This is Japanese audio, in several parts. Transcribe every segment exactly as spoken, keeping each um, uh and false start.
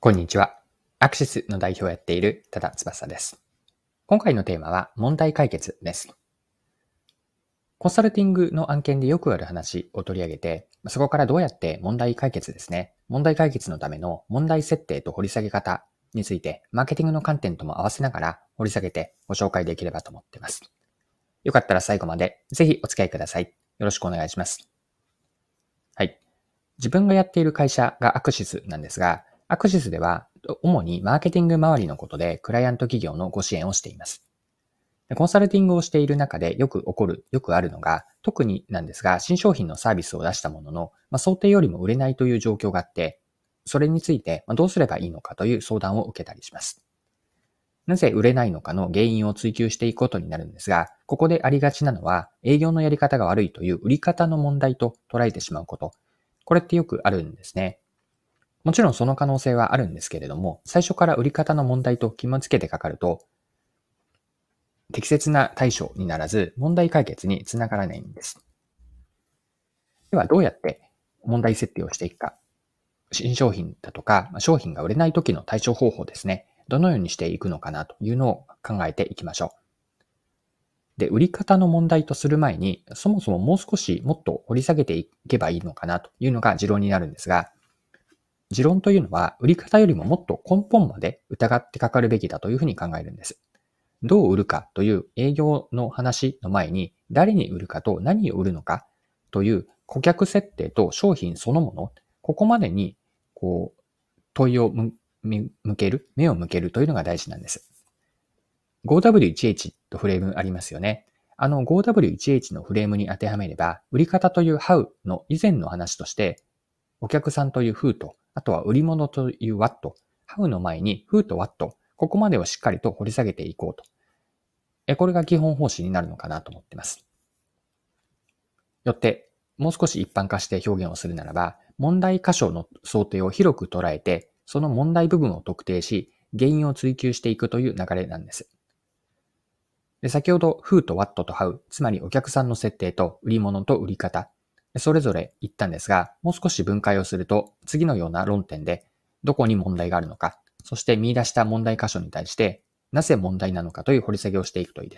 こんにちは。アクシスの代表をやっている多田翼です。今回のテーマは問題解決です。コンサルティングの案件でよくある話を取り上げて、そこからどうやって問題解決ですね。問題解決のための問題設定と掘り下げ方について、マーケティングの観点とも合わせながら掘り下げてご紹介できればと思っています。よかったら最後までぜひお付き合いください。よろしくお願いします。はい。自分がやっている会社がアクシスなんですが、アクシスでは主にマーケティング周りのことでクライアント企業のご支援をしています。コンサルティングをしている中でよく起こる、よくあるのが、特になんですが、新商品のサービスを出したものの、まあ、想定よりも売れないという状況があって、それについてどうすればいいのかという相談を受けたりします。なぜ売れないのかの原因を追求していくことになるんですが、ここでありがちなのは、営業のやり方が悪いという売り方の問題と捉えてしまうこと。これってよくあるんですね。もちろんその可能性はあるんですけれども、最初から売り方の問題と決めつけてかかると、適切な対処にならず、問題解決につながらないんです。では、どうやって問題設定をしていくか。新商品だとか、商品が売れない時の対処方法ですね。どのようにしていくのかなというのを考えていきましょう。で、売り方の問題とする前に、そもそももう少しもっと掘り下げていけばいいのかなというのが持論になるんですが、持論というのは、売り方よりももっと根本まで疑ってかかるべきだというふうに考えるんです。どう売るかという営業の話の前に、誰に売るかと何を売るのかという顧客設定と商品そのもの、ここまでにこう問いを向ける、目を向けるというのが大事なんです。ゴーダブリューいちエイチ とフレームありますよね。あの ゴーダブリューいちエイチ のフレームに当てはめれば、売り方という How の以前の話として、お客さんという Who と、あとは売り物という What、How の前に Who と What、ここまでをしっかりと掘り下げていこうと。これが基本方針になるのかなと思っています。よって、もう少し一般化して表現をするならば、問題箇所の想定を広く捉えて、その問題部分を特定し、原因を追求していくという流れなんです。で、先ほど Who と What と How、つまりお客さんの設定と売り物と売り方、それぞれ言ったんですが、もう少し分解をすると、次のような論点で、どこに問題があるのか、そして見出した問題箇所に対して、なぜ問題なのかという掘り下げをしていくといいです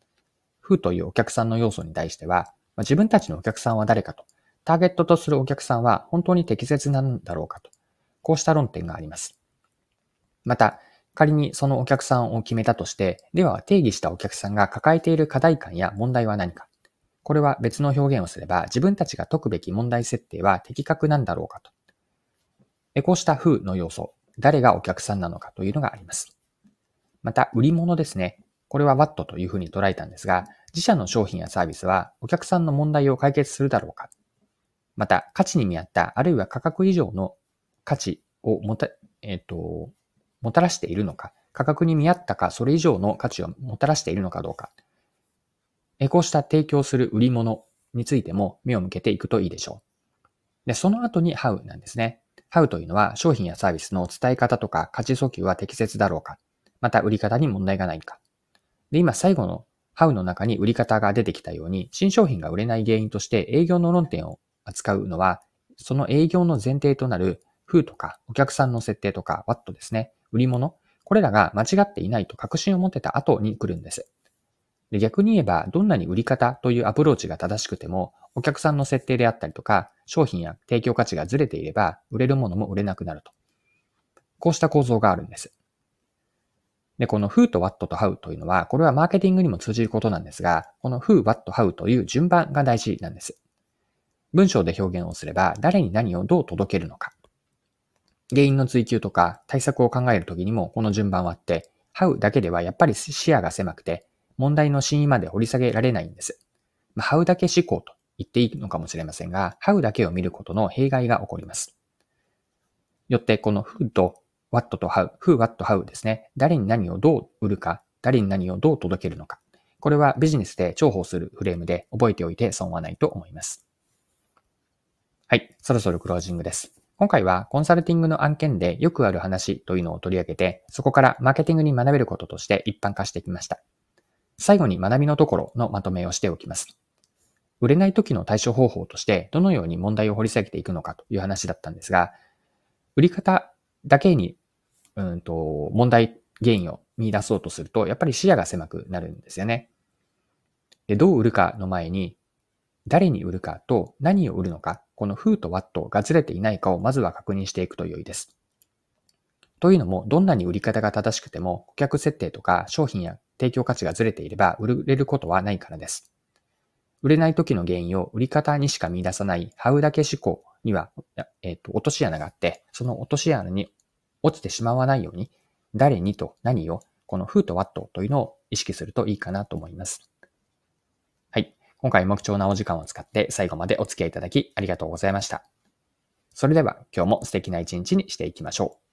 。Who というお客さんの要素に対しては、自分たちのお客さんは誰かと、ターゲットとするお客さんは本当に適切なんだろうかと、こうした論点があります。また、仮にそのお客さんを決めたとして、では定義したお客さんが抱えている課題感や問題は何か。これは別の表現をすれば、自分たちが解くべき問題設定は的確なんだろうかと。こうした Who の要素、誰がお客さんなのかというのがあります。また、売り物ですね。これは What というふうに捉えたんですが、自社の商品やサービスはお客さんの問題を解決するだろうか。また、価値に見合った、あるいは価格以上の価値をもた、えっと、もたらしているのか、価格に見合ったか、それ以上の価値をもたらしているのかどうか。こうした提供する売り物についても目を向けていくといいでしょう。で、その後に How なんですね。How というのは商品やサービスの伝え方とか価値訴求は適切だろうか。また売り方に問題がないか。で、今最後の How の中に売り方が出てきたように、新商品が売れない原因として営業の論点を扱うのは、その営業の前提となる Who とかお客さんの設定とか What ですね。売り物。これらが間違っていないと確信を持ってた後に来るんです。で、逆に言えば、どんなに売り方というアプローチが正しくても、お客さんの設定であったりとか、商品や提供価値がずれていれば、売れるものも売れなくなると。こうした構造があるんです。で、この Who と What と How というのは、これはマーケティングにも通じることなんですが、この Who, What, How という順番が大事なんです。文章で表現をすれば、誰に何をどう届けるのか。原因の追求とか対策を考えるときにもこの順番はあって、How だけではやっぱり視野が狭くて、問題の真意まで掘り下げられないんです。まあ、How だけ思考と言っていいのかもしれませんが、How だけを見ることの弊害が起こります。よってこの Who と What と How、Who, What, How ですね。誰に何をどう売るか、誰に何をどう届けるのか。これはビジネスで重宝するフレームで覚えておいて損はないと思います。はい、そろそろクロージングです。今回はコンサルティングの案件でよくある話というのを取り上げて、そこからマーケティングに学べることとして一般化してきました。最後に学びのところのまとめをしておきます。売れない時の対処方法としてどのように問題を掘り下げていくのかという話だったんですが、売り方だけにうんと、問題原因を見出そうとすると、やっぱり視野が狭くなるんですよね。で、どう売るかの前に、誰に売るかと何を売るのか、この who と what がずれていないかをまずは確認していくと良いです。というのも、どんなに売り方が正しくても、顧客設定とか商品や提供価値がずれていれば売れることはないからです。売れない時の原因を売り方にしか見出さない How だけ思考には、えっと、落とし穴があって、その落とし穴に落ちてしまわないように、誰にと何を、この who と what というのを意識するといいかなと思います。はい。今回も貴重なお時間を使って最後までお付き合いいただきありがとうございました。それでは今日も素敵な一日にしていきましょう。